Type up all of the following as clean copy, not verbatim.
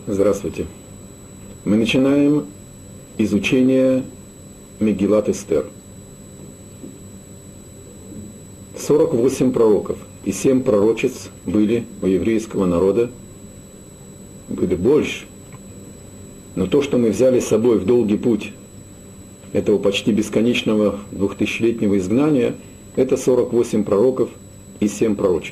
Здравствуйте. Мы начинаем изучение Мегилат Эстер. 48 пророков и 7 пророчиц были у еврейского народа, были больше. Но то, что мы взяли с собой в долгий путь этого почти бесконечного 2000-летнего изгнания, это 48 пророков и 7 пророчиц.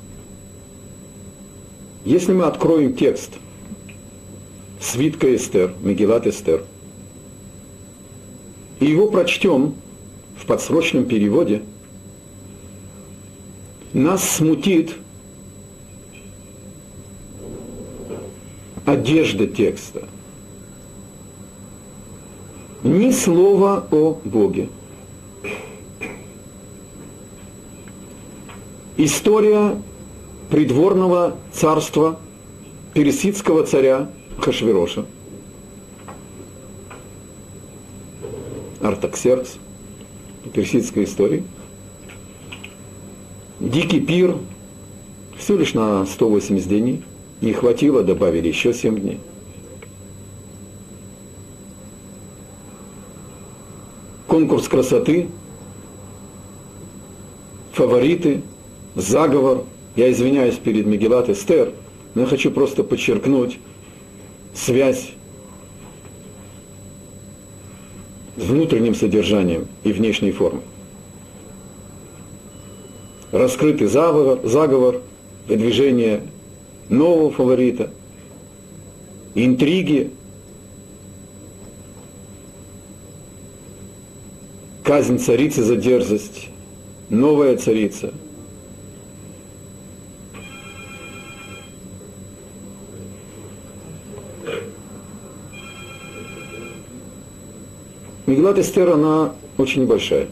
Если мы откроем текст свитка Эстер, Мегилат Эстер, и его прочтем в подсрочном переводе, нас смутит одежда текста. Ни слова о Боге. История придворного царства персидского царя Ахашвероша, Артаксеркс, персидской истории. Дикий пир, всего лишь на 180 дней, не хватило, добавили еще 7 дней. Конкурс красоты, фавориты, заговор. Я извиняюсь перед Мегилат Эстер, но я хочу просто подчеркнуть связь с внутренним содержанием и внешней формой. Раскрытый заговор, выдвижение нового фаворита, интриги, казнь царицы за дерзость, новая царица. Мегилат Эстер, она очень небольшая.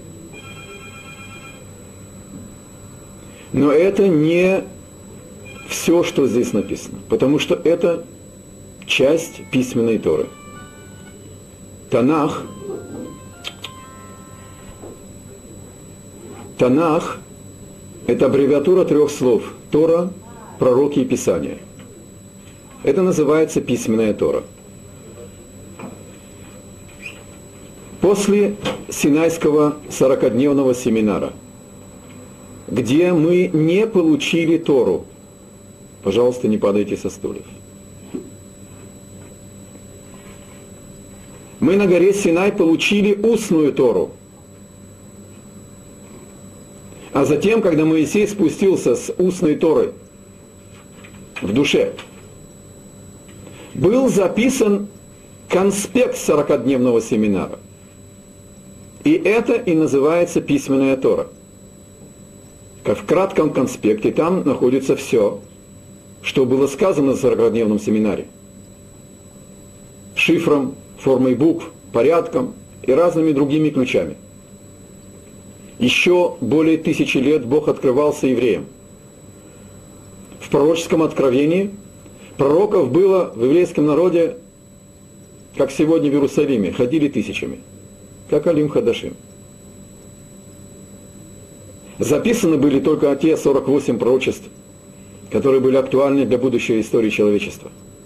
Но это не все, что здесь написано, потому что это часть письменной Торы. Танах – это аббревиатура 3 слов – Тора, пророки и Писания. Это называется письменная Тора. После Синайского 40-дневного семинара, где мы не получили Тору, пожалуйста, не падайте со стульев. Мы на горе Синай получили устную Тору. А затем, когда Моисей спустился с устной Торой в душе, был записан конспект 40-дневного семинара. И это и называется письменная Тора. Как в кратком конспекте там находится все, что было сказано в 40-дневном семинаре. Шифром, формой букв, порядком и разными другими ключами. Еще более 1000 лет Бог открывался евреям. В пророческом откровении пророков было в еврейском народе, как сегодня в Иерусалиме, ходили тысячами, как Алим Хадашим. Записаны были только те 48 пророчеств, которые были актуальны для будущей истории человечества.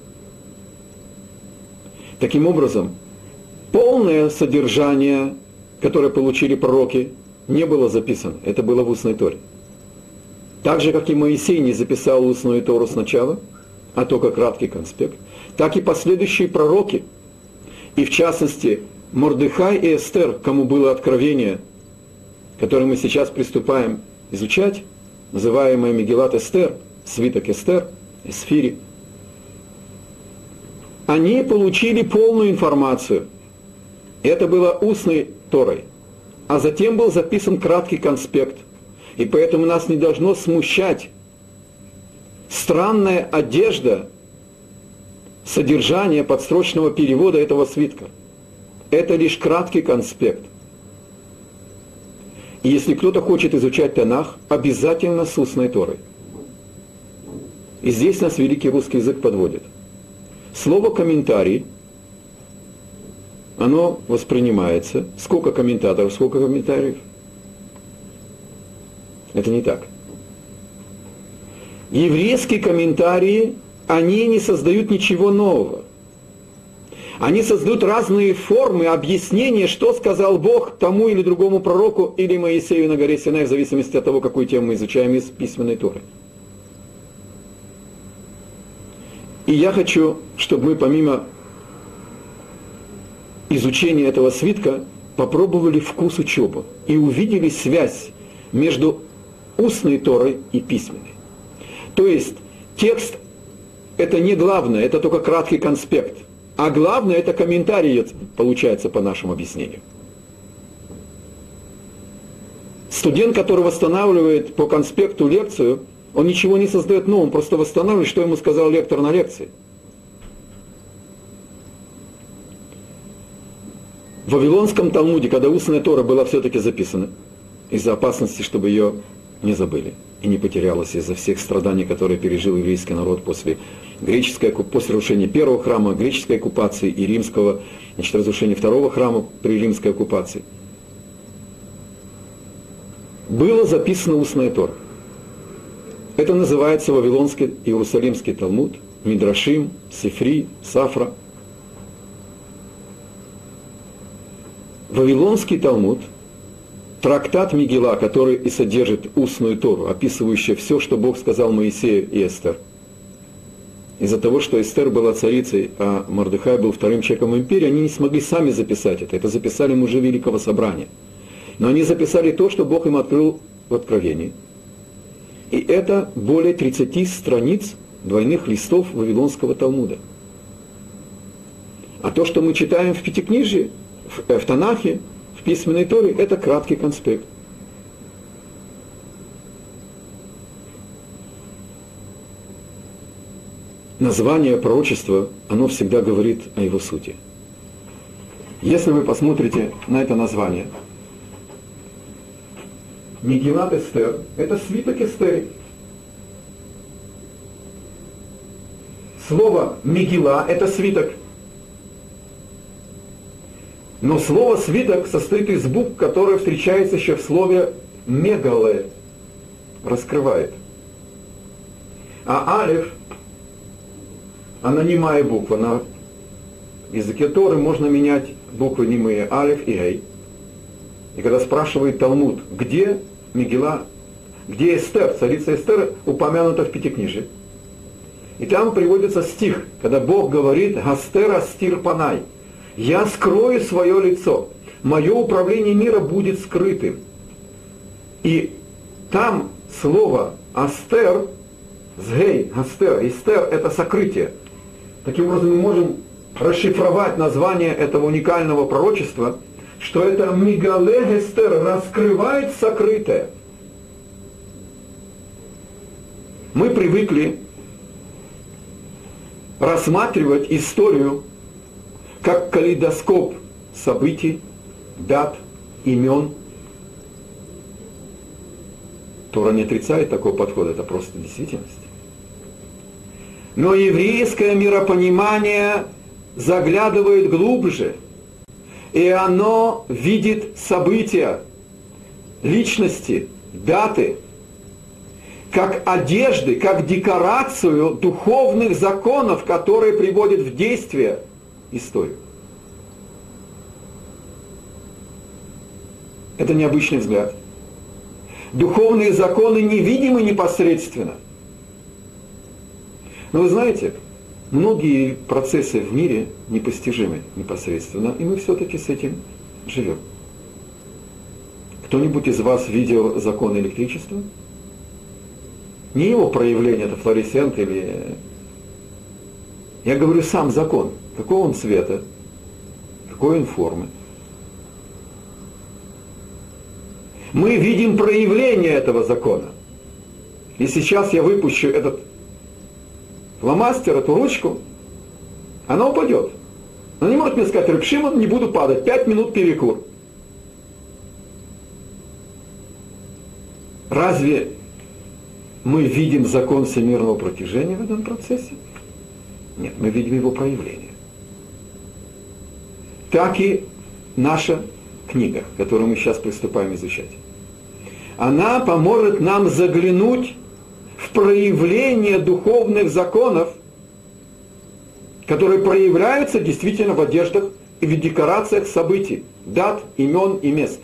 Таким образом, полное содержание, которое получили пророки, не было записано. Это было в устной Торе. Так же, как и Моисей не записал устную Тору сначала, а только краткий конспект, так и последующие пророки, и в частности Мордехай и Эстер, кому было откровение, которое мы сейчас приступаем изучать, называемое Мегилат Эстер, свиток Эстер, Эсфири, они получили полную информацию. Это было устной Торой. А затем был записан краткий конспект. И поэтому нас не должно смущать странная одежда содержания подстрочного перевода этого свитка. Это лишь краткий конспект. И если кто-то хочет изучать Танах, обязательно с устной Торой. И здесь нас великий русский язык подводит. Слово «комментарий», оно воспринимается, сколько комментаторов, сколько комментариев. Это не так. Еврейские комментарии они не создают ничего нового. Они создают разные формы объяснения, что сказал Бог тому или другому пророку или Моисею на горе Синай, в зависимости от того, какую тему мы изучаем из письменной Торы. И я хочу, чтобы мы помимо изучения этого свитка попробовали вкус учебы и увидели связь между устной Торой и письменной. То есть текст – это не главное, это только краткий конспект, а главное – это комментарий, получается, по нашему объяснению. Студент, который восстанавливает по конспекту лекцию, он ничего не создает новым, просто восстанавливает, что ему сказал лектор на лекции. В Вавилонском Талмуде, когда устная Тора была все-таки записана, из-за опасности, чтобы ее не забыли и не потерялась из-за всех страданий, которые пережил еврейский народ после разрушения первого храма, греческой оккупации и римского, разрушения второго храма при римской оккупации, было записано устная Тора. Это называется Вавилонский Иерусалимский Талмуд, Мидрашим, Сифри, Сафра. Вавилонский Талмуд, трактат Мегилла, который и содержит устную Тору, описывающую все, что Бог сказал Моисею и Эстер. Из-за того, что Эстер была царицей, а Мордехай был вторым человеком в империи, они не смогли сами записать это. Это записали мужи Великого Собрания. Но они записали то, что Бог им открыл в Откровении. И это более 30 страниц двойных листов Вавилонского Талмуда. А то, что мы читаем в Пятикнижии, в Танахе, в письменной Торе, это краткий конспект. Название пророчества, оно всегда говорит о его сути. Если вы посмотрите на это название, Мегилат Эстер – это свиток Эстери. Слово Мегилла – это свиток. Но слово «свиток» состоит из букв, которые встречаются еще в слове «мегале» – раскрывает. А алиф, она немая буква. На языке Торы можно менять буквы немые алиф и эй. И когда спрашивает Талмуд, где Мегилла, где Эстер, царица Эстер, упомянута в Пятикнижии. И там приводится стих, когда Бог говорит «Гастер астир панай». «Я скрою свое лицо, мое управление мира будет скрытым». И там слово «астер», «сгей», «астер», «истер» – это сокрытие. Таким образом, мы можем расшифровать название этого уникального пророчества, что это «мигале эстер» – раскрывает сокрытое. Мы привыкли рассматривать историю как калейдоскоп событий, дат, имен. Тора не отрицает такого подхода, это просто действительность. Но еврейское миропонимание заглядывает глубже, и оно видит события, личности, даты, как одежды, как декорацию духовных законов, которые приводят в действие историю. Это необычный взгляд. Духовные законы невидимы непосредственно. Но вы знаете, многие процессы в мире непостижимы непосредственно, и мы все-таки с этим живем. Кто-нибудь из вас видел закон электричества? Не его проявление, это флуоресцент или... Я говорю сам закон. Какого он цвета? Какой он формы? Мы видим проявление этого закона. И сейчас я выпущу этот фломастер, эту ручку, она упадет. Она не может мне сказать: Реб Шимон, не буду падать, 5 минут перекур. Разве мы видим закон всемирного протяжения в этом процессе? Нет, мы видим его проявление. Так и наша книга, которую мы сейчас приступаем изучать. Она поможет нам заглянуть в проявление духовных законов которые проявляются действительно в одеждах и в декорациях событий, дат, имен и мест.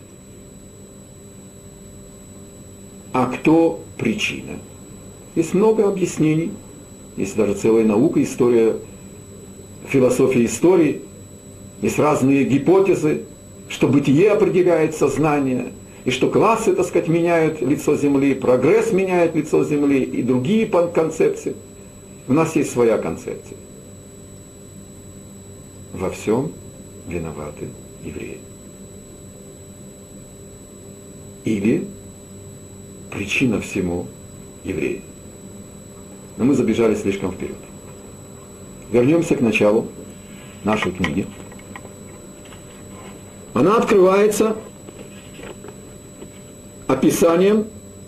А кто причина? Есть много объяснений, есть даже целая наука, история, философия истории, есть разные гипотезы, что бытие определяет сознание, и что классы, так сказать, меняют лицо Земли, прогресс меняет лицо Земли, и другие концепции. У нас есть своя концепция. Во всем виноваты евреи. Или причина всему евреи. Но мы забежали слишком вперед. Вернемся к началу нашей книги. Она открывается описанием,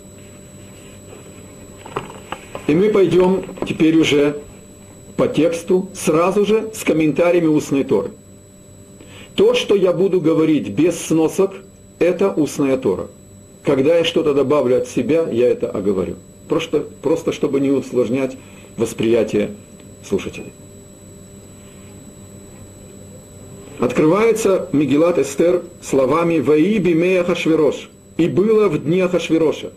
и мы пойдем теперь уже по тексту, сразу же с комментариями устной Торы. То, что я буду говорить без сносок, это устная Тора. Когда я что-то добавлю от себя, я это оговорю. Просто чтобы не усложнять восприятие слушателей. Открывается Мегилат Эстер словами «Ваи бимей Ахашвирош» «И было в дни Ахашвироша».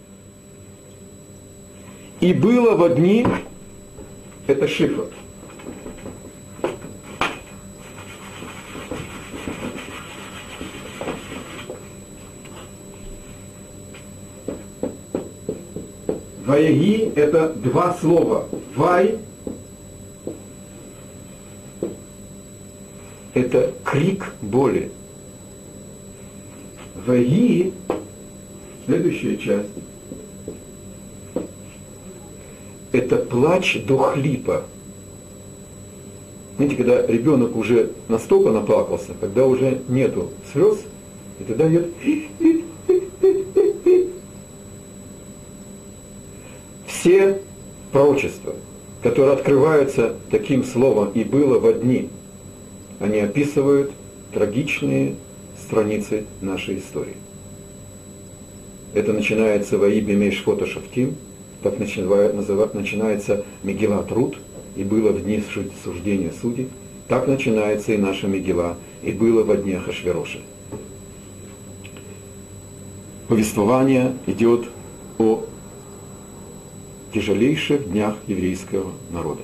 «И было во дни» – это шифр. «Ваеги» – это два слова. «Вай» – это крик боли. «Ваеги» – следующая часть. Это плач до хлипа. Знаете, когда ребенок уже настолько наплакался, когда уже нету слез, и тогда идет... Все пророчества, которые открываются таким словом «и было во дни», они описывают трагичные страницы нашей истории. Это начинается «Ваи бимей шфота шафтим», так начинается Мегилат Рут, «И было в дни суждения судей», так начинается и наша Мегила «И было во дни Ахашвироша». Повествование идет о тяжелейших днях еврейского народа,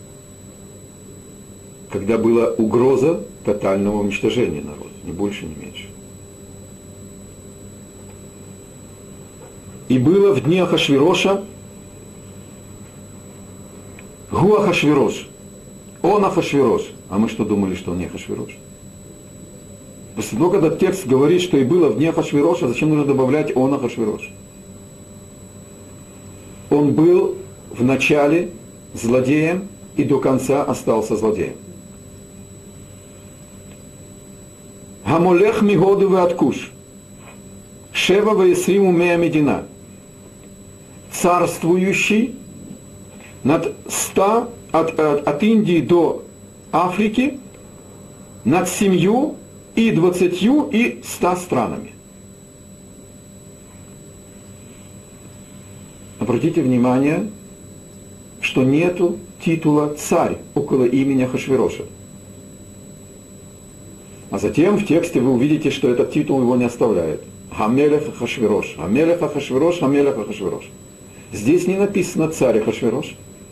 когда была угроза тотального уничтожения народа, ни больше, ни меньше. И было в дни Ахашвироша Гу Ахашвирош, он Ахашвирош. А мы что думали, что он не Ахашвирош? После того, когда текст говорит, что и было в дни Ахашвироша, зачем нужно добавлять он Ахашвирош? Он был в начале злодеем и до конца остался злодеем. Гамолех мигоду веаткуш, шева веесриму мея медина, царствующий над 100, от Индии до Африки, над 7 и 20 и 100 странами. Обратите внимание, что нету титула «царь» около имени Ахашвироша. А затем в тексте вы увидите, что этот титул его не оставляет. Хамелех Ахашвирош, Хамелех Ахашвирош, Хамелех Ахашвирош. Здесь не написано «царь Ахашвирош».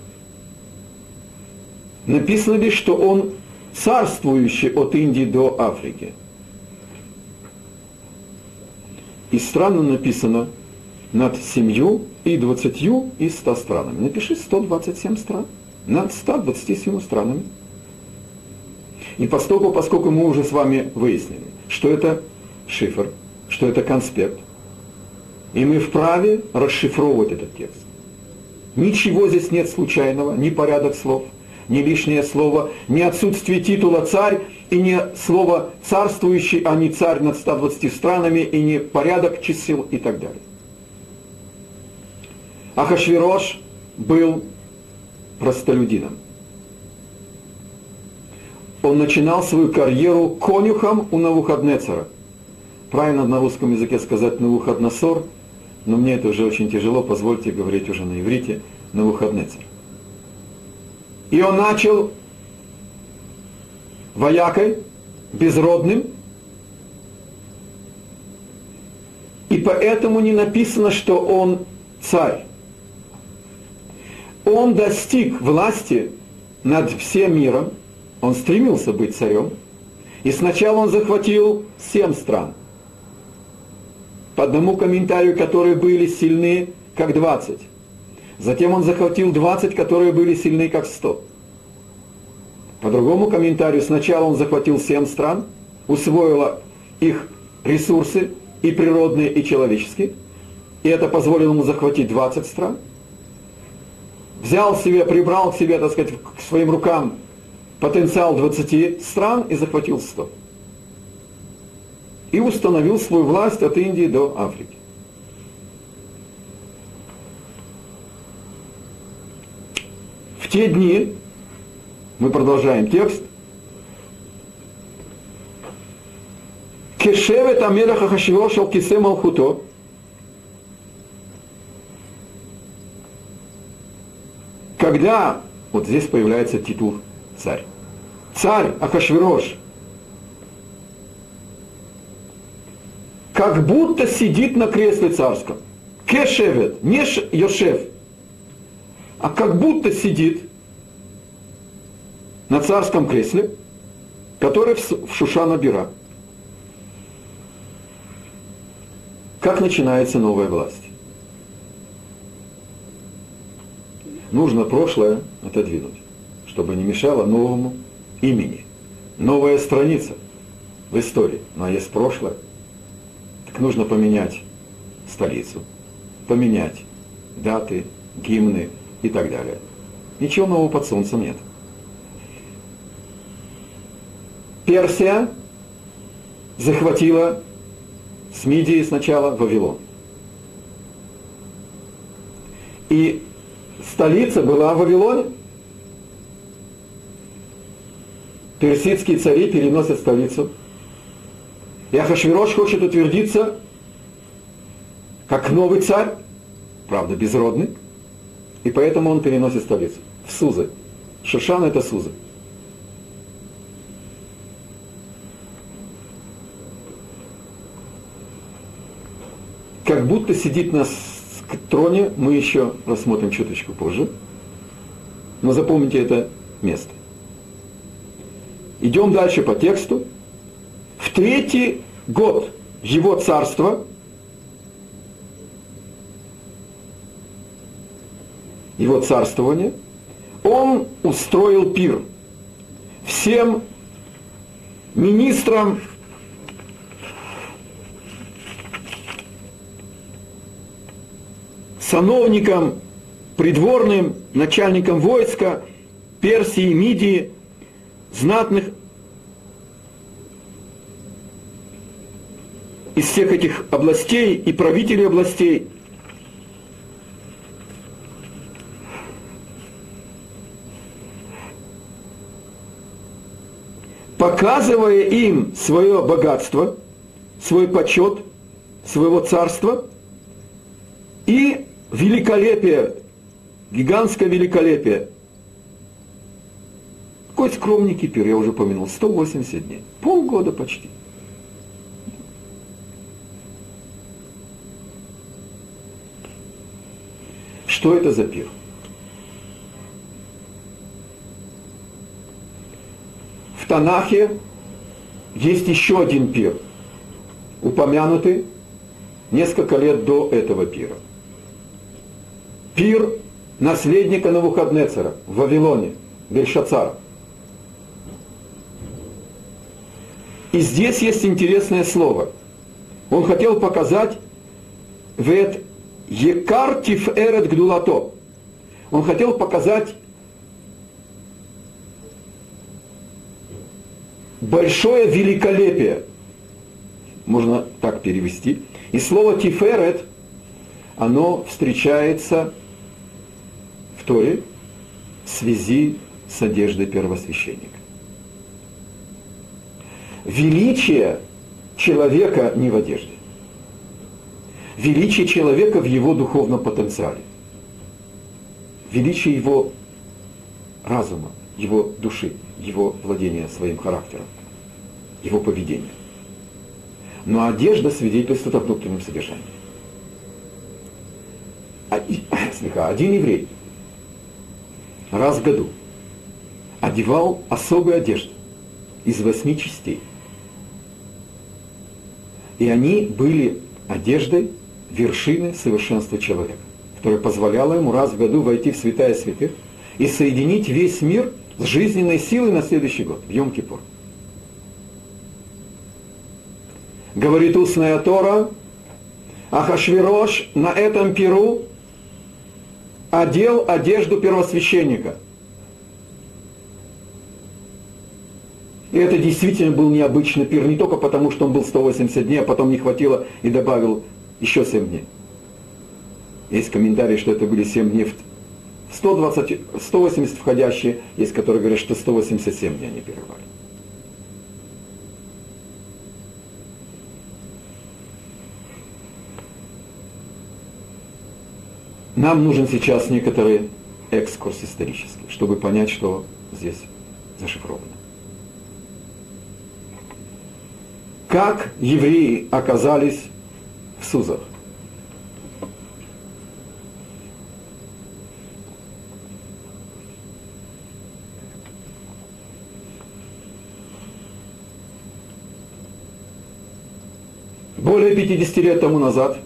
Написано лишь, что он царствующий от Индии до Африки. И странно написано над 7 и 20 и 100 странами. Напиши 127 стран над 127 странами. И поскольку мы уже с вами выяснили, что это шифр, что это конспект, и мы вправе расшифровывать этот текст. Ничего здесь нет случайного, ни порядок слов, ни лишнее слово, ни отсутствие титула «царь», и не слово «царствующий», а не «царь над 120 странами», и не порядок чисел и так далее. Ахашвирош был простолюдином. Он начинал свою карьеру конюхом у Навуходнецара. Правильно на русском языке сказать Навуходносор, но мне это уже очень тяжело, позвольте говорить уже на иврите Навуходнецар. И он начал воякой, безродным, и поэтому не написано, что он царь. Он достиг власти над всем миром, он стремился быть царем, и сначала он захватил 7 стран. По одному комментарию, которые были сильны, как 20. Затем он захватил 20, которые были сильны, как 100. По другому комментарию, сначала он захватил 7 стран, усвоил их ресурсы, и природные, и человеческие, и это позволило ему захватить 20 стран. Взял себе, прибрал к себе, так сказать, к своим рукам потенциал 20 стран и захватил 100. И установил свою власть от Индии до Африки. В те дни, мы продолжаем текст, Кешевет Амелах Ахашвирош ал кисе малхуто, когда, вот здесь появляется титул царь. Царь Ахашвирош как будто сидит на кресле царском. Кешевет, не Йошев, а как будто сидит на царском кресле, который в Шушан-Бира. Как начинается новая власть? Нужно прошлое отодвинуть, чтобы не мешало новому имени. Новая страница в истории, но есть прошлое. Так нужно поменять столицу, поменять даты, гимны и так далее. Ничего нового под солнцем нет. Персия захватила с Мидии сначала Вавилон. И столица была в Вавилоне. Персидские цари переносят столицу. И Ахашвирош хочет утвердиться как новый царь, правда безродный, и поэтому он переносит столицу в Сузы. Шушан — это Сузы. Как будто сидит на троне, мы еще рассмотрим чуточку позже. Но запомните это место. Идем дальше по тексту. В 3-й год его царства, его царствования, он устроил пир всем министрам, сановникам, придворным, начальникам войска Персии, Мидии, знатных из всех этих областей и правителей областей. Показывая им свое богатство, свой почет, своего царства и великолепие, гигантское великолепие. Какой скромненький пир, я уже упомянул, 180 дней, полгода почти. Что это за пир? В Танахе есть еще один пир, упомянутый несколько лет до этого пира. Пир наследника Навуходнецера в Вавилоне, Бельшацара. И здесь есть интересное слово. Он хотел показать «вет екар тиферет гдулато». Он хотел показать большое великолепие. Можно так перевести. И слово «тиферет», оно встречается в Торе в связи с одеждой первосвященника. Величие человека не в одежде. Величие человека в его духовном потенциале. Величие его разума, его души, его владения своим характером, его поведением. Но одежда свидетельствует о внутреннем содержании. Один еврей раз в году одевал особую одежду из 8 частей. И они были одеждой вершины совершенства человека, которая позволяла ему раз в году войти в святая святых и соединить весь мир с жизненной силой на следующий год, в Йом-Кипур. Говорит устная Тора, Ахашвирош на этом пиру одел одежду первосвященника. И это действительно был необычный пир, не только потому, что он был 180 дней, а потом не хватило и добавил еще 7 дней. Есть комментарии, что это были 7 дней в 180 входящие, есть которые говорят, что 187 дней они пировали. Нам нужен сейчас некоторый экскурс исторический, чтобы понять, что здесь зашифровано. Как евреи оказались в Сузах? Более 50 лет тому назад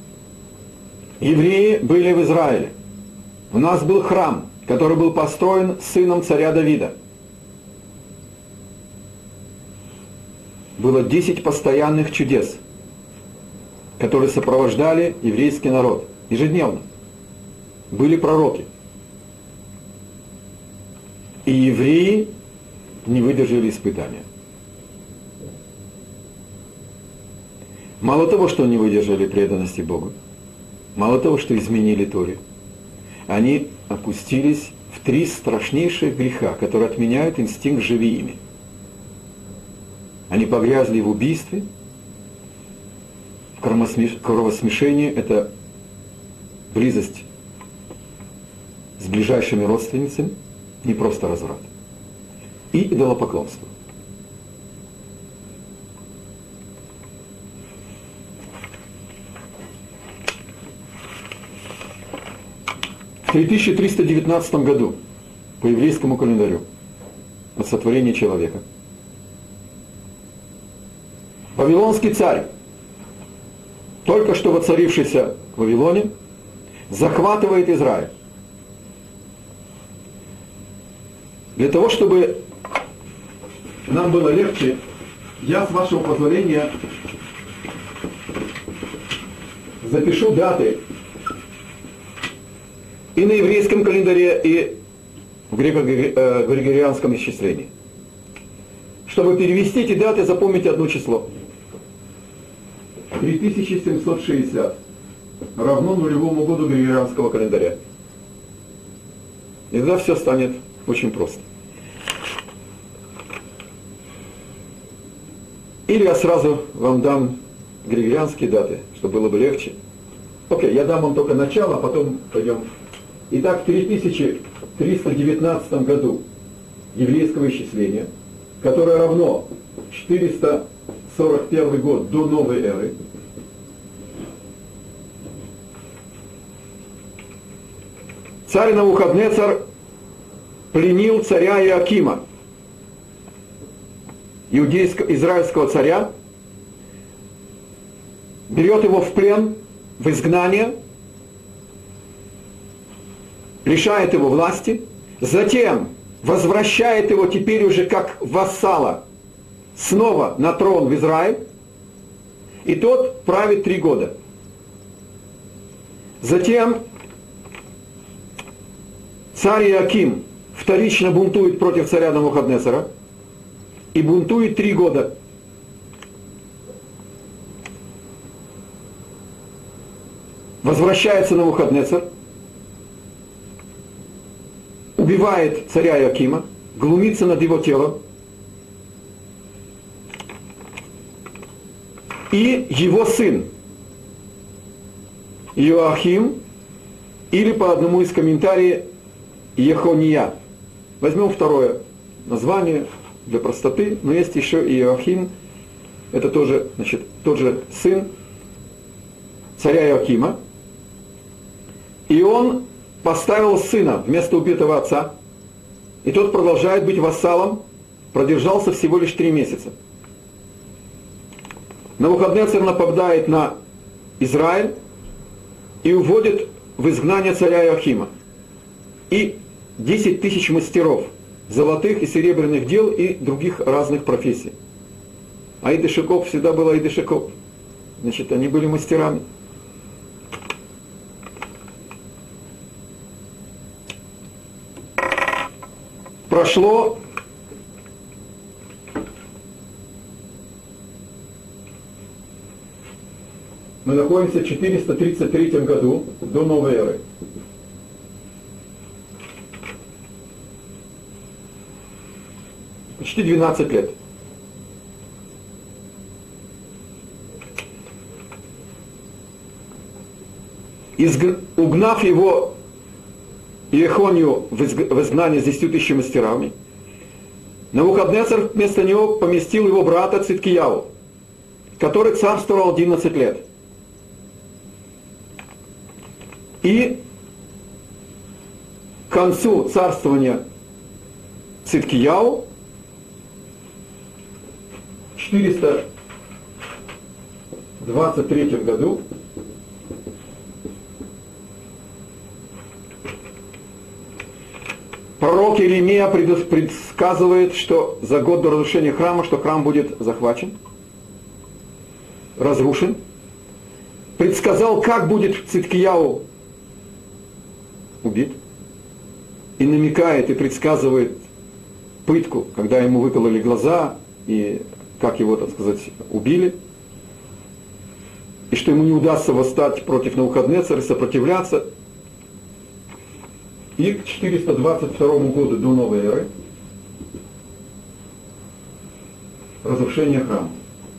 евреи были в Израиле. У нас был храм, который был построен сыном царя Давида. Было 10 постоянных чудес, которые сопровождали еврейский народ ежедневно. Были пророки. И евреи не выдержали испытания. Мало того, что не выдержали преданности Богу, мало того, что изменили Торе, они опустились в 3 страшнейших греха, которые отменяют инстинкт «живи ими». Они погрязли в убийстве, в кровосмешении, это близость с ближайшими родственницами, не просто разврат, и идолопоклонство. В 3319 году, по еврейскому календарю, от сотворения человека, вавилонский царь, только что воцарившийся в Вавилоне, захватывает Израиль. Для того, чтобы нам было легче, я, с вашего позволения, запишу даты и на еврейском календаре, и в григорианском исчислении. Чтобы перевести эти даты, запомните одно число. 3760 равно нулевому году григорианского календаря. И тогда все станет очень просто. Или я сразу вам дам григорианские даты, чтобы было бы легче. Окей, я дам вам только начало, а потом пойдем. Итак, в 3319 году еврейского исчисления, которое равно 441 год до новой эры, царь Навуходнецар пленил царя Иоакима, израильского царя, берет его в плен, в изгнание, лишает его власти, затем возвращает его теперь уже как вассала снова на трон в Израиль, и тот правит 3 года. Затем царь Иоаким вторично бунтует против царя Навуходнецара и бунтует 3 года. Возвращается Навуходнецар, убивает царя Иоакима, глумится над его телом, и его сын Иоахим, или по одному из комментариев Ехония. Возьмем второе название для простоты, но есть еще и Иоахим, это тоже, значит, тот же сын царя Иоакима, и он поставил сына вместо убитого отца, и тот продолжает быть вассалом, продержался всего лишь 3 месяца. Навуходоносор нападает на Израиль и уводит в изгнание царя Иоахима. И 10 тысяч мастеров золотых и серебряных дел и других разных профессий. А Идышекоп всегда был Идышекоп. Значит, они были мастерами. Прошло мы находимся в 433 году до новой эры. Почти 12 лет. Угнав его Иехонию в изгнание с 10 тысячами мастерами, Навуходоносор вместо него поместил его брата Циткияу, который царствовал 11 лет. И к концу царствования Циткияу в 423 году пророк Иеремия предсказывает, что за год до разрушения храма, что храм будет захвачен, разрушен. Предсказал, как будет Циткияу убит. И намекает, и предсказывает пытку, когда ему выкололи глаза, и как его, так сказать, убили. И что ему не удастся восстать против Навуходоносора, сопротивляться. И к 422 году до новой эры разрушение храма.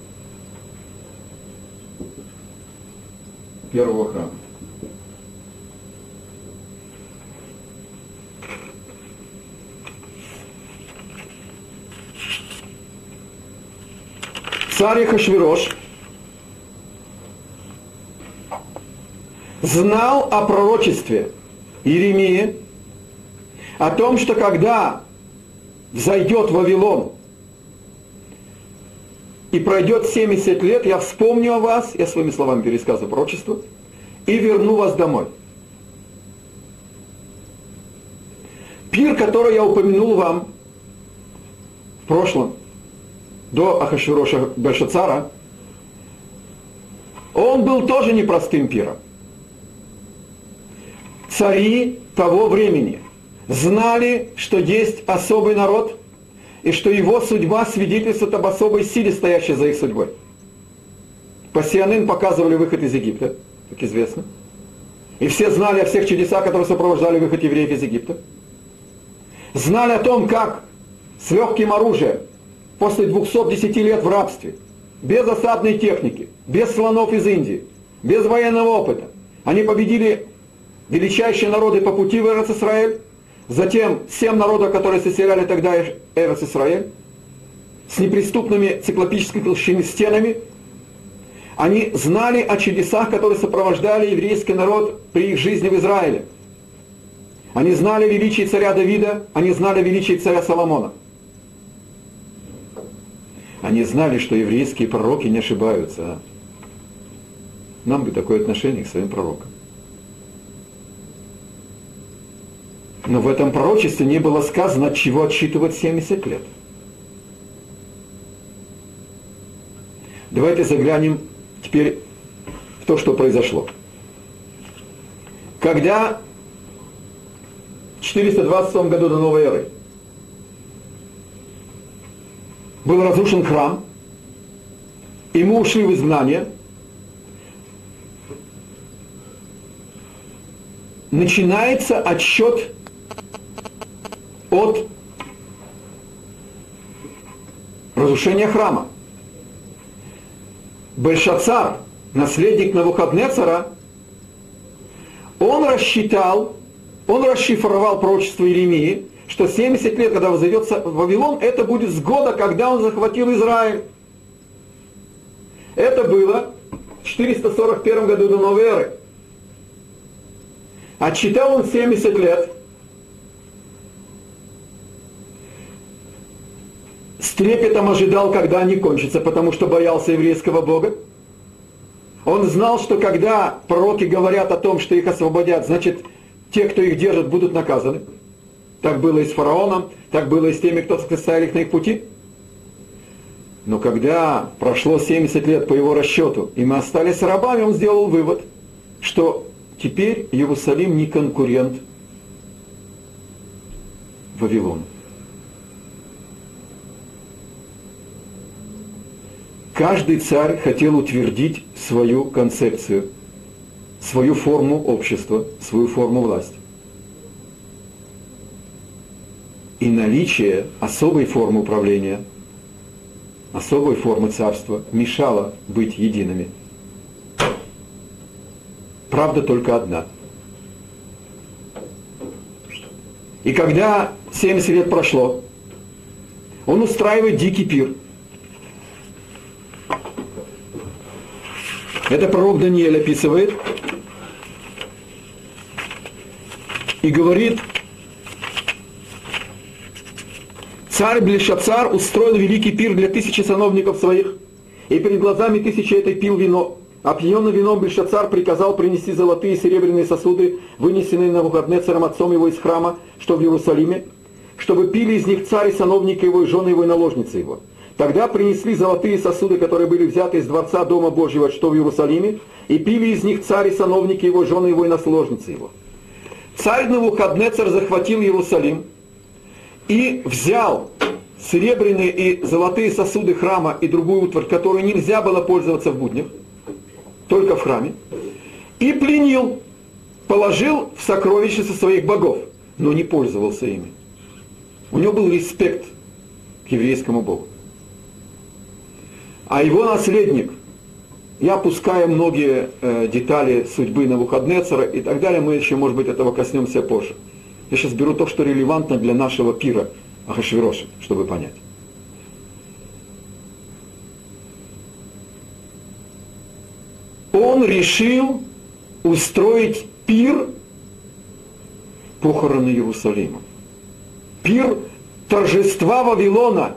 Первого храма. Царь Ахашвирош знал о пророчестве Иеремии, о том, что когда взойдет Вавилон и пройдет 70 лет, я вспомню о вас, я своими словами пересказываю пророчество, и верну вас домой. Пир, который я упомянул вам в прошлом, до Ахашвироша Бельшацара, он был тоже непростым пиром. Цари того времени знали, что есть особый народ, и что его судьба свидетельствует об особой силе, стоящей за их судьбой. Пассианин показывали выход из Египта, как известно. И все знали о всех чудесах, которые сопровождали выход евреев из Египта. Знали о том, как с легким оружием, после 210 лет в рабстве, без осадной техники, без слонов из Индии, без военного опыта, они победили величайшие народы по пути в Эрец-Исраэль, затем 7 народов, которые соселяли тогда Эрец-Исраэль, с неприступными циклопической толщины стенами. Они знали о чудесах, которые сопровождали еврейский народ при их жизни в Израиле. Они знали о величии царя Давида, они знали о величии царя Соломона. Они знали, что еврейские пророки не ошибаются. Нам бы такое отношение к своим пророкам. Но в этом пророчестве не было сказано, от чего отсчитывать 70 лет. Давайте заглянем теперь в то, что произошло. Когда в 420 году до новой эры был разрушен храм, и мы ушли в изгнание, начинается отсчет от разрушения храма. Бельшацар, наследник Навуходоносора, он расшифровал пророчество Иеремии, что 70 лет, когда возведется Вавилон, это будет с года, когда он захватил Израиль. Это было в 441 году до новой эры. Отсчитал он 70 лет. С трепетом ожидал, когда они кончатся, потому что боялся еврейского Бога. Он знал, что когда пророки говорят о том, что их освободят, значит, те, кто их держит, будут наказаны. Так было и с фараоном, так было и с теми, кто ставил их на их пути. Но когда прошло 70 лет по его расчету, и мы остались рабами, он сделал вывод, что теперь Иерусалим не конкурент Вавилону. Каждый царь хотел утвердить свою концепцию, свою форму общества, свою форму власти. И наличие особой формы управления, особой формы царства мешало быть едиными. Правда только одна. И когда 70 лет прошло, он устраивает дикий пир. Это пророк Даниил описывает и говорит: царь Белшацар устроил великий пир для 1000 сановников своих, и перед глазами 1000 этой пил вино. Опьяненный вином Белшацар приказал принести золотые и серебряные сосуды, вынесенные Навуходоносором отцом его из храма, что в Иерусалиме, чтобы пили из них царь и сановники его, и жены его, и наложницы его. Тогда принесли золотые сосуды, которые были взяты из дворца Дома Божьего, что в Иерусалиме, и пили из них царь и сановники его, жены его и наложницы его. Царь Навуходоносор захватил Иерусалим и взял серебряные и золотые сосуды храма и другую утварь, которую нельзя было пользоваться в буднях, только в храме, и пленил, положил в сокровищницы своих богов, но не пользовался ими. У него был респект к еврейскому Богу. А его наследник, я опускаю многие детали судьбы Навуходоносора и так далее, мы еще, может быть, этого коснемся позже. Я сейчас беру то, что релевантно для нашего пира Ахашвироша, чтобы понять. Он решил устроить пир похороны Иерусалима. Пир торжества Вавилона.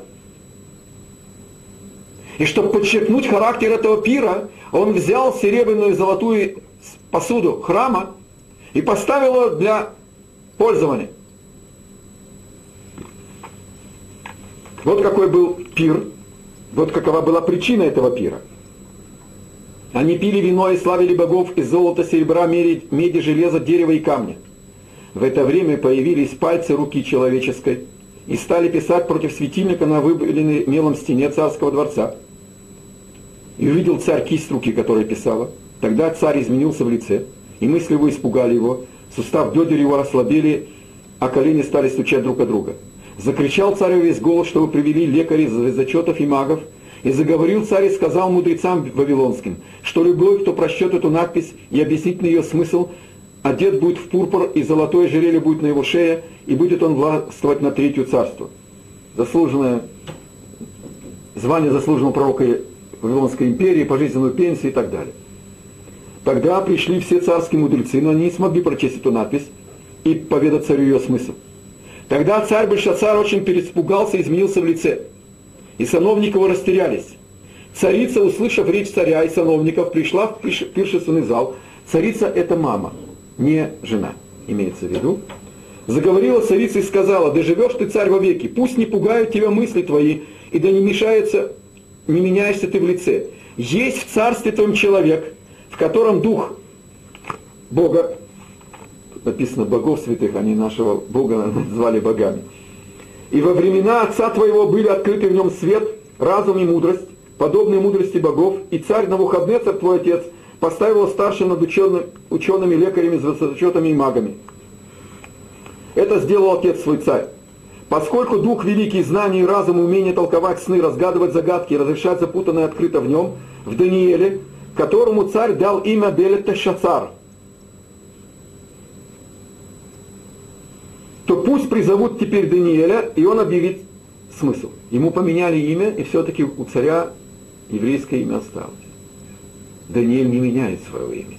И чтобы подчеркнуть характер этого пира, он взял серебряную и золотую посуду храма и поставил ее для пользования. Вот какой был пир, вот какова была причина этого пира. Они пили вино и славили богов из золота, серебра, меди, железа, дерева и камня. В это время появились пальцы руки человеческой и стали писать против светильника на выбеленной мелом стене царского дворца. И увидел царь кисть руки, которая писала. Тогда царь изменился в лице, и мысли его испугали его, сустав бедер его ослабели, а колени стали стучать друг от друга. Закричал царь во весь голос, чтобы привели лекарей, зачетов и магов, и заговорил царь и сказал мудрецам вавилонским, что любой, кто прочтет эту надпись и объяснит на ее смысл, одет будет в пурпур, и золотое ожерелье будет на его шее, и будет он властвовать на третье царство. Заслуженное звание заслуженного пророка Вавилонской империи, пожизненную пенсию и так далее. Тогда пришли все царские мудрецы, но они не смогли прочесть эту надпись и поведать царю ее смысл. Тогда царь Белшацар очень переспугался и изменился в лице, и сановники его растерялись. Царица, услышав речь царя и сановников, пришла в пиршественный зал. Царица – это мама, не жена, имеется в виду. Заговорила царица и сказала: «Да живешь ты, царь, вовеки, пусть не пугают тебя мысли твои, и да не меняешься ты в лице. Есть в царстве твоем человек, в котором дух Бога», написано богов святых, они нашего Бога назвали богами, «и во времена отца твоего были открыты в нем свет, разум и мудрость, подобные мудрости богов, и царь Навуходоносор, твой отец, поставил его старшим над учеными, лекарями, звездочетами и магами. Это сделал отец свой царь. Поскольку дух великий, знание и разум, умение толковать сны, разгадывать загадки и разрешать запутанное открыто в нем, в Данииле, которому царь дал имя Белтешацар, то пусть Пусть призовут теперь Даниэля, и он объявит смысл. Ему поменяли имя, и все-таки у царя еврейское имя осталось. Даниэль не меняет своего имени.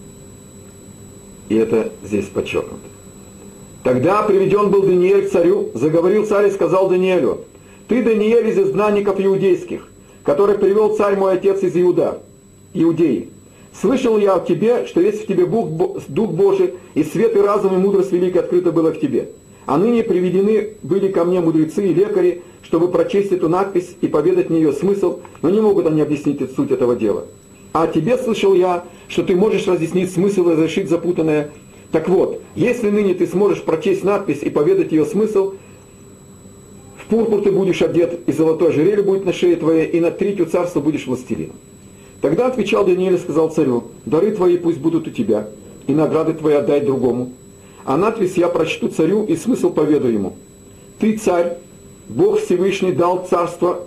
И это здесь подчеркнуто. Тогда приведен был Даниэль к царю, заговорил царь и сказал Даниэлю: «Ты, Даниэль, из изгнанников иудейских, которых привел царь мой отец из Иудеи. Слышал я о тебе, что есть в тебе Дух Божий, и свет, и разум, и мудрость великая открыто было в тебе. А ныне приведены были ко мне мудрецы и лекари, чтобы прочесть эту надпись и поведать мне ее смысл, но не могут они объяснить суть этого дела. А о тебе слышал я, что ты можешь разъяснить смысл и разрешить запутанное. Так вот, если ныне ты сможешь прочесть надпись и поведать ее смысл, в пурпур ты будешь одет, и золотое ожерелье будет на шее твоей, и над третью царства будешь властелином». Тогда отвечал Даниэль и сказал царю: «Дары твои пусть будут у тебя, и награды твои отдай другому. А надпись я прочту царю, и смысл поведу ему. Ты, царь, Бог Всевышний, дал царство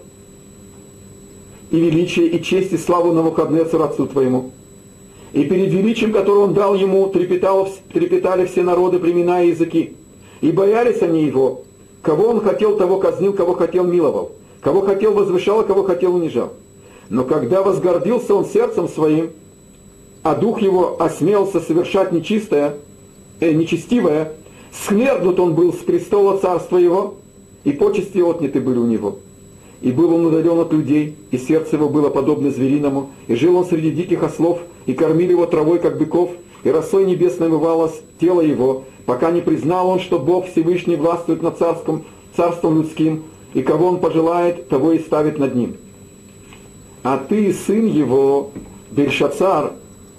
и величие, и честь, и славу Навуходоносору отцу твоему. И перед величием, которое он дал ему, трепетали все народы, племена и языки. И боялись они его. Кого он хотел, того казнил, кого хотел, миловал. Кого хотел, возвышал, а кого хотел, унижал. Но когда возгордился он сердцем своим, а дух его осмелился совершать нечестивое, смерднут он был с престола царства его, и почести отняты были у него. И был он удален от людей, и сердце его было подобно звериному, и жил он среди диких ослов, и кормили его травой, как быков, и росой небесной мывалось тело его, пока не признал он, что Бог Всевышний властвует над царством людским, и кого он пожелает, того и ставит над ним. А ты, сын его, Бельшацар,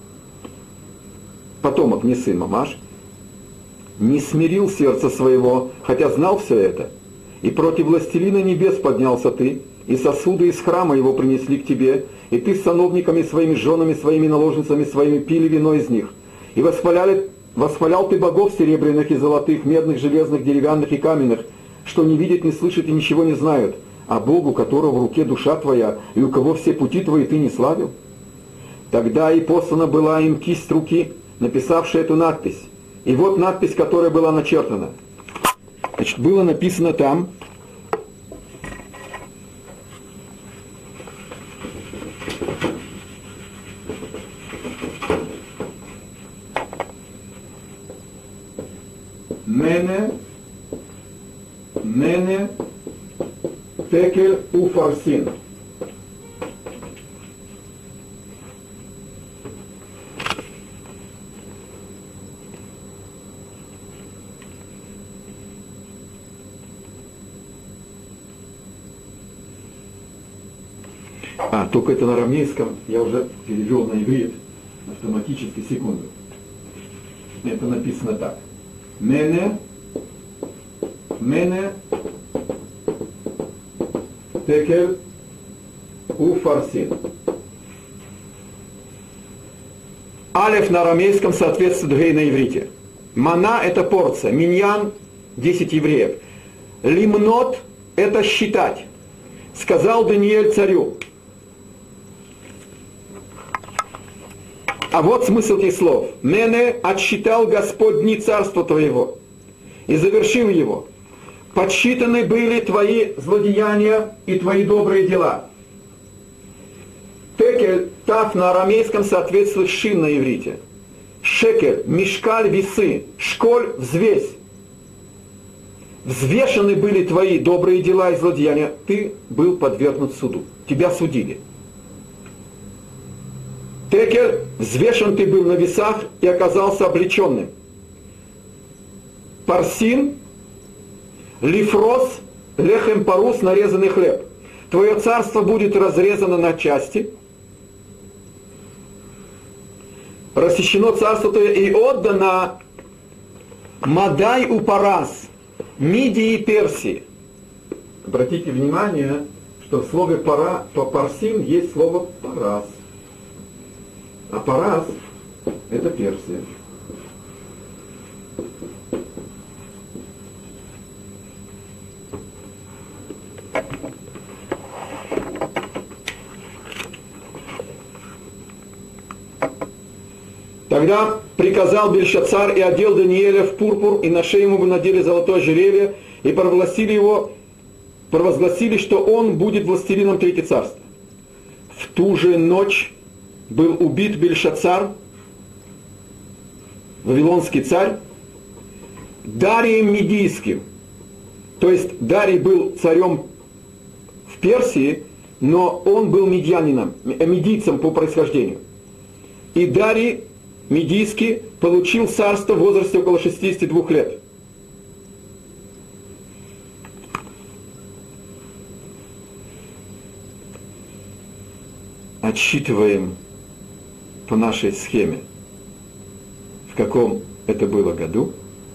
потомок, не сын, мамаш, не смирил сердце своего, хотя знал все это, и против властелина небес поднялся ты, и сосуды из храма его принесли к тебе, и ты с сановниками своими, женами своими, наложницами своими пили вино из них, и восхвалял ты богов серебряных и золотых, медных, железных, деревянных и каменных, что не видят, не слышат и ничего не знают, а Богу, которого в руке душа твоя, и у кого все пути твои ты не славил? Тогда и послана была им кисть руки, написавшая эту надпись. И вот надпись, которая была начертана. Значит, было написано там: Мене Текель Уфарсин. Только это на арамейском, я уже перевел на иврит автоматически, секунду. Это написано так. Мене Текель Уфарсин. Алеф на арамейском соответствует гей на иврите. Мана – это порция, миньян – 10 евреев. Лимнот – это считать. Сказал Даниэль царю. А вот смысл этих слов. «Мене отсчитал Господь дни царства твоего и завершил его. Подсчитаны были твои злодеяния и твои добрые дела». Текель, тав на арамейском соответствует шин на иврите. Шекель, мишкаль, весы, школь, взвесь. Взвешены были твои добрые дела и злодеяния. Ты был подвергнут суду. Тебя судили. Текель, взвешен ты был на весах и оказался облеченным. Парсин, лифрос, лехем парус, нарезанный хлеб. Твое царство будет разрезано на части. Рассечено царство твое и отдано Мадай у Парас, Мидии и Персии. Обратите внимание, что в слове парсин есть слово парас. А Парас – это Персия. Тогда приказал Бельшацар и одел Даниэля в пурпур, и на шею ему надели золотое ожерелье, и провозгласили, что он будет властелином Третьего царства. В ту же ночь был убит Бельшацар, вавилонский царь, Дарием Медийским. То есть Дарий был царем в Персии, но он был медийцем по происхождению. И Дарий Медийский получил царство в возрасте около 62 лет. Отсчитываем по нашей схеме, в каком это было году,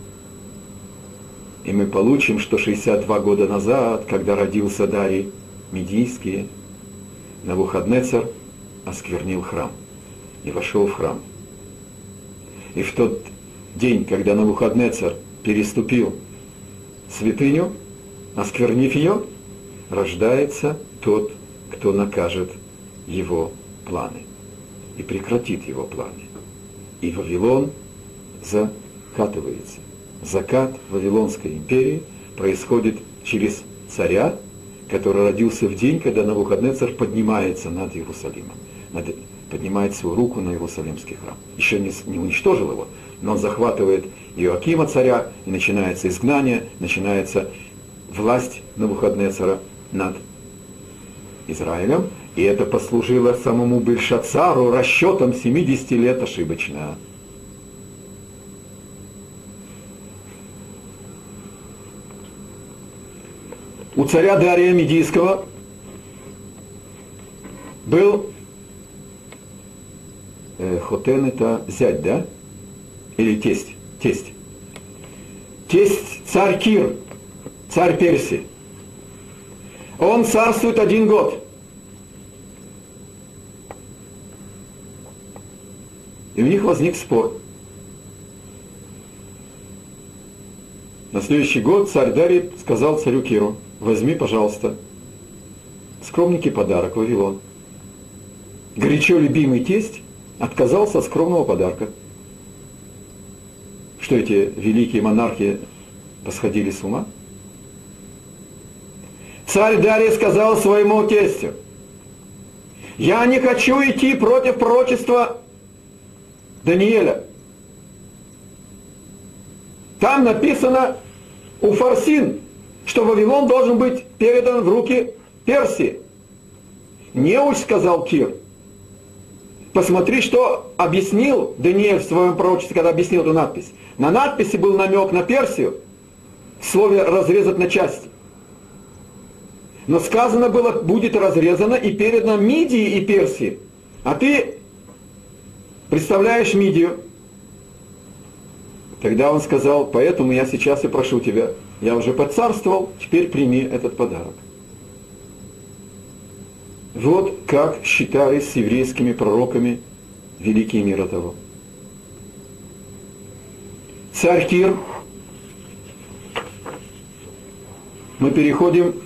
и мы получим, что 62 года назад, когда родился Дарий Медийский, Навуходнецар осквернил храм и вошел в храм. И в тот день, когда Навуходнецар переступил святыню, осквернив ее, рождается тот, кто накажет его планы и прекратит его планы. И Вавилон закатывается. Закат Вавилонской империи происходит через царя, который родился в день, когда Навуходнецар поднимается над Иерусалимом, поднимает свою руку на Иерусалимский храм. Еще не уничтожил его, но он захватывает Иоакима царя, и начинается изгнание, начинается власть Навуходнецара над Израилем, и это послужило самому Бельшацару расчетом 70 лет ошибочно. У царя Дария Медийского был Хотен, это зять, да? Или тесть? Тесть. Тесть царь Кир, царь Персии. Он царствует 1 год. И у них возник спор. На следующий год царь Дарий сказал царю Киру: возьми, пожалуйста, скромненький подарок, Вавилон. Горячо любимый тесть отказался от скромного подарка. Что эти великие монархи посходили с ума? Царь Дарий сказал своему тестю: я не хочу идти против пророчества Даниэля. Там написано у Фарсин, что Вавилон должен быть передан в руки Персии. Неуч, сказал Кир. Посмотри, что объяснил Даниэль в своем пророчестве, когда объяснил эту надпись. На надписи был намек на Персию, в слове «разрезать на части». Но сказано было, будет разрезано и передано Мидии и Персии. А ты представляешь Мидию. Тогда он сказал: поэтому я сейчас и прошу тебя, я уже поцарствовал, теперь прими этот подарок. Вот как считались с еврейскими пророками великие мира того. Царь Кир. Мы переходим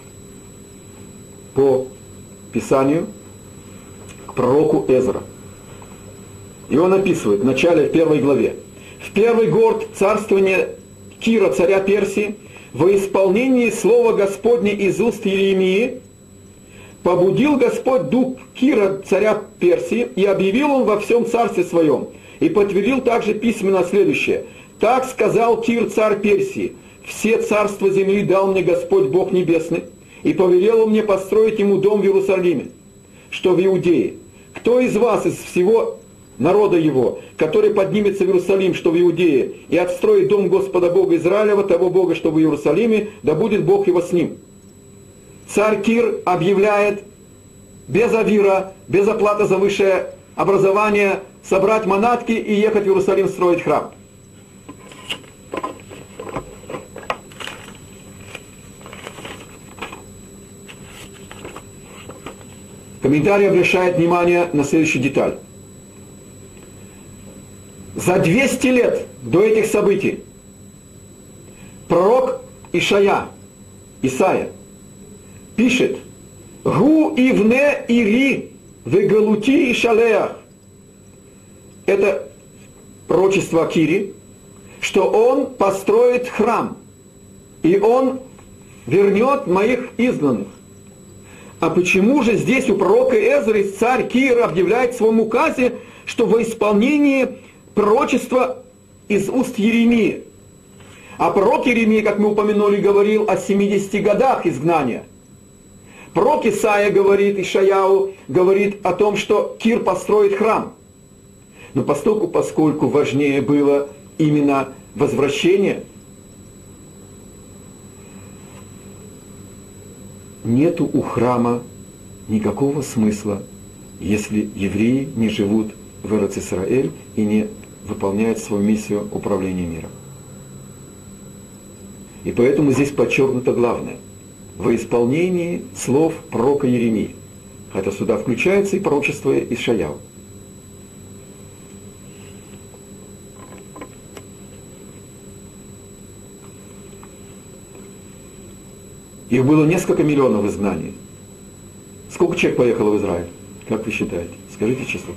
по Писанию к пророку Эзра. И он описывает в начале 1 главе. В 1 год царствования Кира, царя Персии, во исполнении слова Господня из уст Иеремии, побудил Господь дух Кира, царя Персии, и объявил он во всем царстве своем, и подтвердил также письменно следующее: «Так сказал Кир, царь Персии, все царства земли дал мне Господь Бог Небесный, и повелел он мне построить ему дом в Иерусалиме, что в Иудее. Кто из вас, из всего народа его, который поднимется в Иерусалим, что в Иудее, и отстроит дом Господа Бога Израилева, того Бога, что в Иерусалиме, да будет Бог его с ним». Царь Кир объявляет без авира, без оплаты за высшее образование, собрать манатки и ехать в Иерусалим строить храм. Комментарий обращает внимание на следующую деталь. За 200 лет до этих событий пророк Исайя пишет: «Гу ивне ири вегалути и шалеах». Это пророчество о Кире, что он построит храм, и он вернет моих изгнанных. А почему же здесь у пророка Эзры царь Кир объявляет в своем указе, что во исполнении пророчества из уст Иеремии? А пророк Иеремия, как мы упомянули, говорил о 70 годах изгнания. Пророк Исаия говорит, Ишаяу говорит о том, что Кир построит храм. Но поскольку важнее было именно возвращение, нету у храма никакого смысла, если евреи не живут в Эрец-Исраэль и не выполняют свою миссию управления миром. И поэтому здесь подчеркнуто главное – во исполнении слов пророка Иеремии. Хотя сюда включается и пророчество Ишаяу. Их было несколько миллионов в изгнании. Сколько человек поехало в Израиль? Как вы считаете? Скажите число.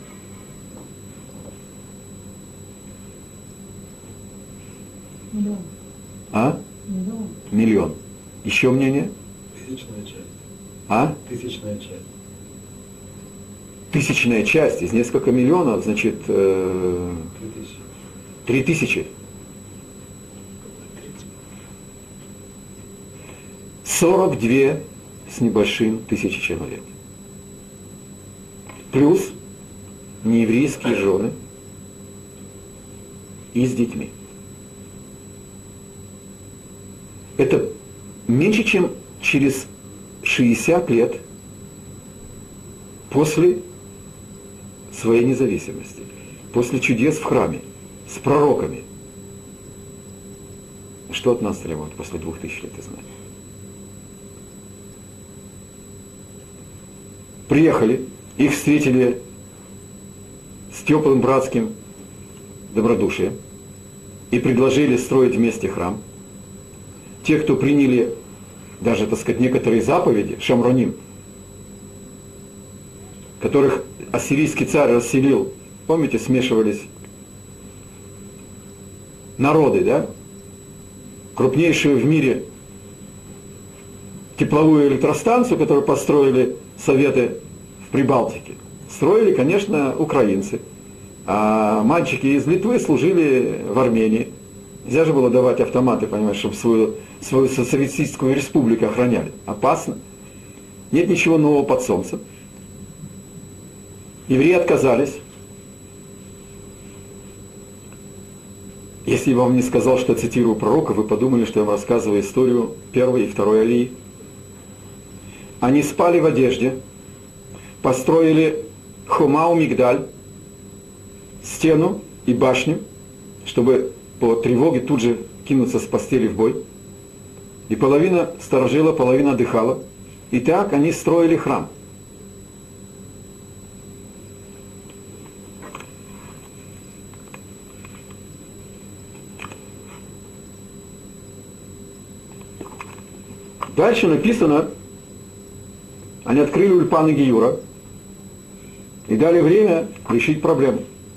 Миллион. А? Миллион. Миллион. Еще мнение? Тысячная часть. А? Тысячная часть. Тысячная часть из нескольких миллионов, значит, 3000. 3000. 42 с небольшим тысячи человек. Плюс нееврейские жены и с детьми. Это меньше, чем через 60 лет после своей независимости, после чудес в храме, с пророками. Что от нас требуют после 2000 лет изгнания? Приехали, их встретили с теплым братским добродушием и предложили строить вместе храм. Те, кто приняли даже, так сказать, некоторые заповеди, шамроним, которых ассирийский царь расселил, помните, смешивались народы, да? Крупнейшую в мире тепловую электростанцию, которую построили Советы в Прибалтике, строили, конечно, украинцы. А мальчики из Литвы служили в Армении. Нельзя же было давать автоматы, понимаешь, чтобы свою социалистическую республику охраняли. Опасно. Нет ничего нового под солнцем. Евреи отказались. Если я вам не сказал, что я цитирую пророка, вы подумали, что я вам рассказываю историю первой и второй Алии. Они спали в одежде, построили Хомау Мигдаль, стену и башню, чтобы по тревоге тут же кинуться с постели в бой. И половина сторожила, половина отдыхала. И так они строили храм. Дальше написано, они открыли ульпаны Гиюра и дали время решить проблему.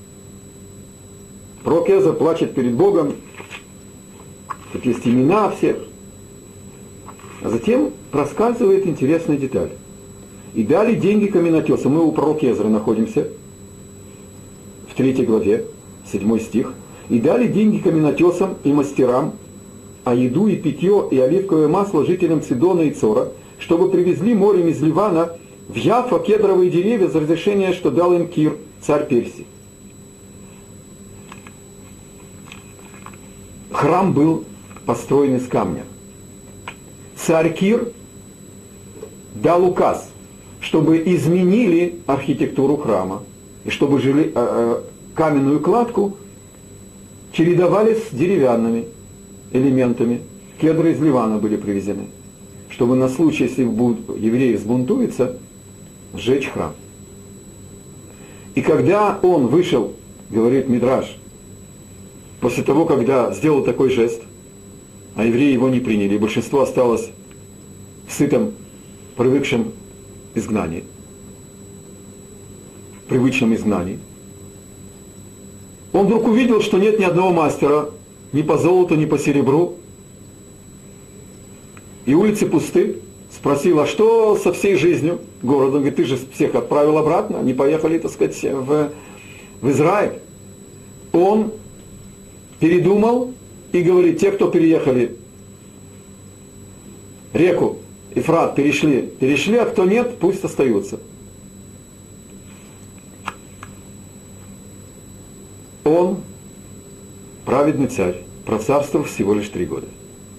Пророк Эзра плачет перед Богом, тут есть имена всех. А затем проскальзывает интересная деталь. И дали деньги каменотесам. Мы у пророка Эзры находимся, в 3 главе, 7 стих. И дали деньги каменотесам и мастерам, а еду и питье и оливковое масло жителям Цидона и Цора, чтобы привезли морем из Ливана в Яфа кедровые деревья за разрешение, что дал им Кир, царь Персии. Храм был построен из камня. Царь Кир дал указ, чтобы изменили архитектуру храма, и чтобы каменную кладку чередовали с деревянными элементами. Кедры из Ливана были привезены, чтобы на случай, если евреи взбунтуются, сжечь храм. И когда он вышел, говорит Мидраш, после того, когда сделал такой жест, а евреи его не приняли, и большинство осталось в сытом, привычном изгнании, Он вдруг увидел, что нет ни одного мастера, ни по золоту, ни по серебру, и улицы пусты. Спросил, а что со всей жизнью города? Он говорит, ты же всех отправил обратно, они поехали, так сказать, в Израиль. Он передумал и говорит, те, кто переехали реку Ефрат, перешли, а кто нет, пусть остаются. Он, праведный царь, процарствовал всего лишь 3 года.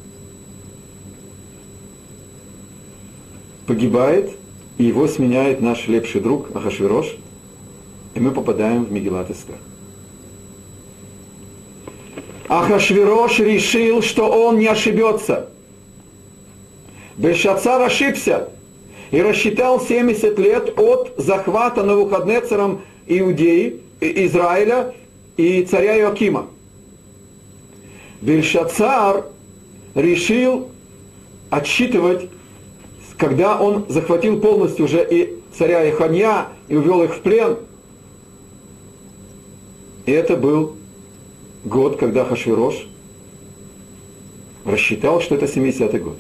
Погибает, и его сменяет наш лепший друг Ахашвирош, и мы попадаем в Мегилат Эстер. Ахашвирош решил, что он не ошибется. Бельшацар ошибся и рассчитал 70 лет от захвата Навуходнецаром Иудеи, Израиля и царя Иоакима. Бельшацар решил отсчитывать, когда он захватил полностью уже и царя Иханья и увел их в плен. И это был год, когда Ахашвирош рассчитал, что это 70-й год.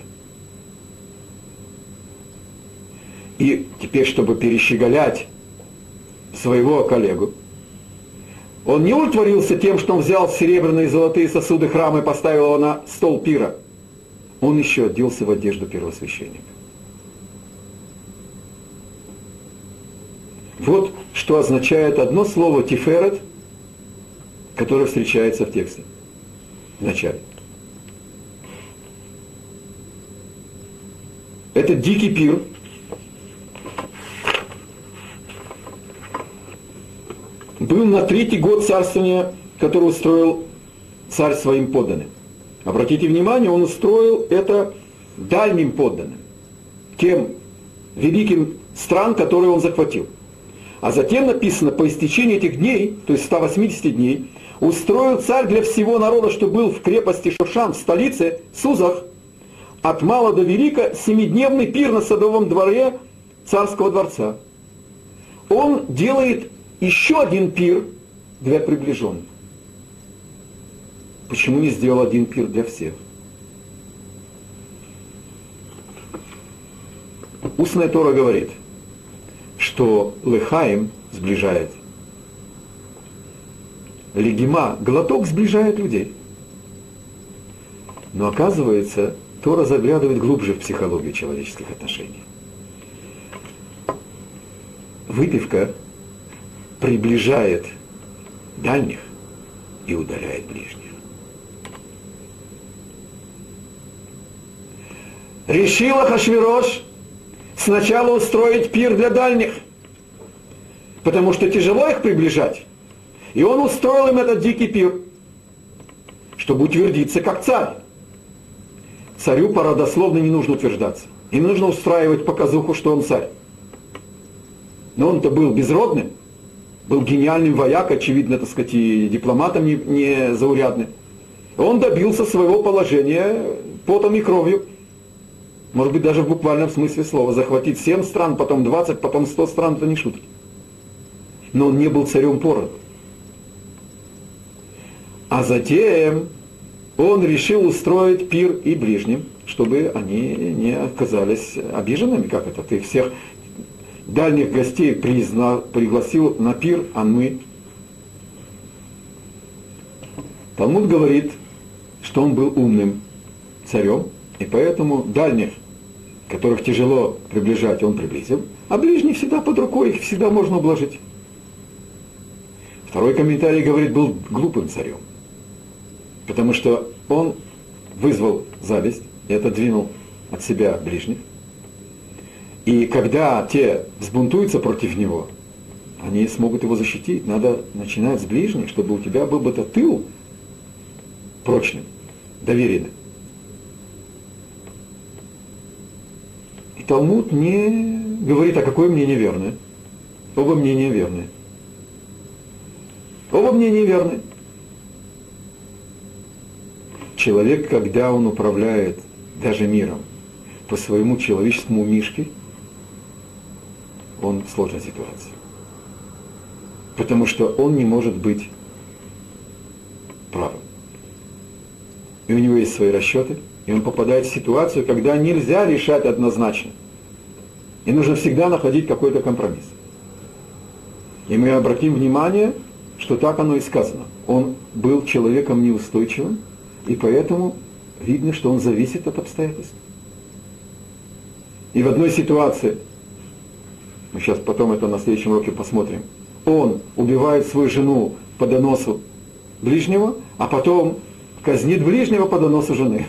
И теперь, чтобы перещеголять своего коллегу, он не удовлетворился тем, что он взял серебряные и золотые сосуды храма и поставил его на стол пира. Он еще оделся в одежду первосвященника. Вот что означает одно слово «тиферет», которое встречается в тексте в начале. Это дикий пир, был на 3-й год царствования, который устроил царь своим подданным. Обратите внимание, он устроил это дальним подданным, тем великим стран, которые он захватил. А затем написано, по истечении этих дней, то есть 180 дней, устроил царь для всего народа, что был в крепости Шушан, в столице, Сузах, от мала до велика, 7-дневный пир на садовом дворе царского дворца. Он делает еще один пир для приближенных. Почему не сделал один пир для всех? Устная Тора говорит, что лехаим сближает, легима, глоток сближает людей. Но оказывается, Тора заглядывает глубже в психологию человеческих отношений. Выпивка приближает дальних и удаляет ближних. Решил Ахашвирош сначала устроить пир для дальних, потому что тяжело их приближать. И он устроил им этот дикий пир, чтобы утвердиться как царь. Царю породословно не нужно утверждаться. И не нужно устраивать показуху, что он царь. Но он-то был безродным, был гениальным вояк, очевидно, так сказать, и дипломатом не заурядным. Он добился своего положения потом и кровью. Может быть, даже в буквальном смысле слова. Захватить 7 стран, потом 20, потом 100 стран, это не шутки. Но он не был царем породу. А затем он решил устроить пир и ближним, чтобы они не оказались обиженными. Как это? Ты всех дальних гостей пригласил на пир, а мы... Талмуд говорит, что он был умным царем, и поэтому дальних, которых тяжело приближать, он приблизил, а ближних всегда под рукой, их всегда можно ублажить. Второй комментарий говорит, был глупым царем, потому что он вызвал зависть и отодвинул от себя ближних. И когда те взбунтуются против него, они смогут его защитить. Надо начинать с ближних, чтобы у тебя был бы этот тыл прочный, доверенный. И Талмуд не говорит, а какое мнение верное. Оба мнения верные. Оба мнения верны. Человек, когда он управляет даже миром по своему человеческому мишке, он в сложной ситуации. Потому что он не может быть и у него есть свои расчеты, и он попадает в ситуацию, когда нельзя решать однозначно. И нужно всегда находить какой-то компромисс. И мы обратим внимание, что так оно и сказано. Он был человеком неустойчивым, и поэтому видно, что он зависит от обстоятельств. И в одной ситуации, мы сейчас потом это на следующем уроке посмотрим, он убивает свою жену по доносу ближнего, а потом казнит ближнего по доносу жены.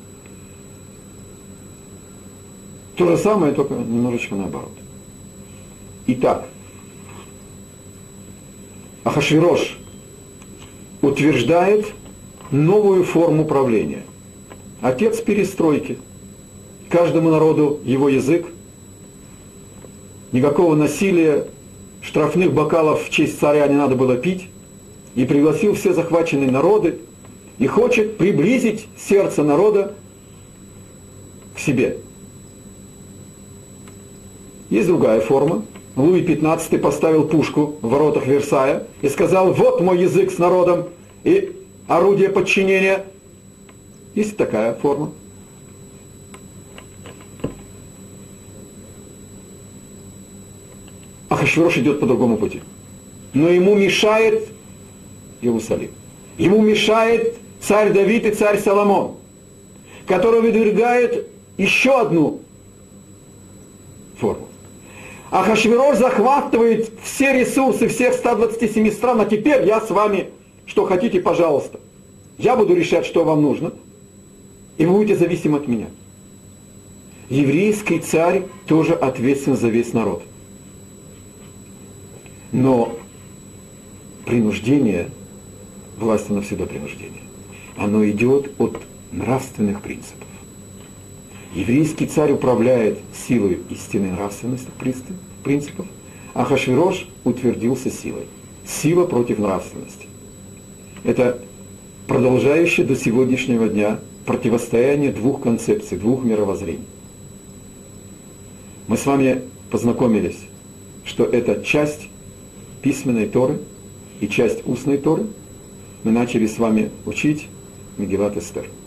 То же самое, только немножечко наоборот. Итак, Ахашвирош утверждает новую форму правления. Отец перестройки. Каждому народу его язык. Никакого насилия, штрафных бокалов в честь царя не надо было пить. И пригласил все захваченные народы. И хочет приблизить сердце народа к себе. Есть другая форма. Луи XV поставил пушку в воротах Версаля и сказал: вот мой язык с народом и орудие подчинения. Есть такая форма. Ахашвирош идет по другому пути. Но ему мешает Иерусалим. Ему мешает царь Давид и царь Соломон, который выдвигает еще одну форму. Ахашвирош захватывает все ресурсы всех 127 стран, а теперь я с вами, что хотите, пожалуйста. Я буду решать, что вам нужно, и вы будете зависимы от меня. Еврейский царь тоже ответственен за весь народ. Но принуждение, власть она всегда принуждение, оно идет от нравственных принципов. Еврейский царь управляет силой истинной нравственности принципов, а Ахашвирош утвердился силой. Сила против нравственности. Это продолжающее до сегодняшнего дня противостояние двух концепций, двух мировоззрений. Мы с вами познакомились, что это часть письменной Торы и часть устной Торы. Мы начали с вами учить Мегилат Эстер.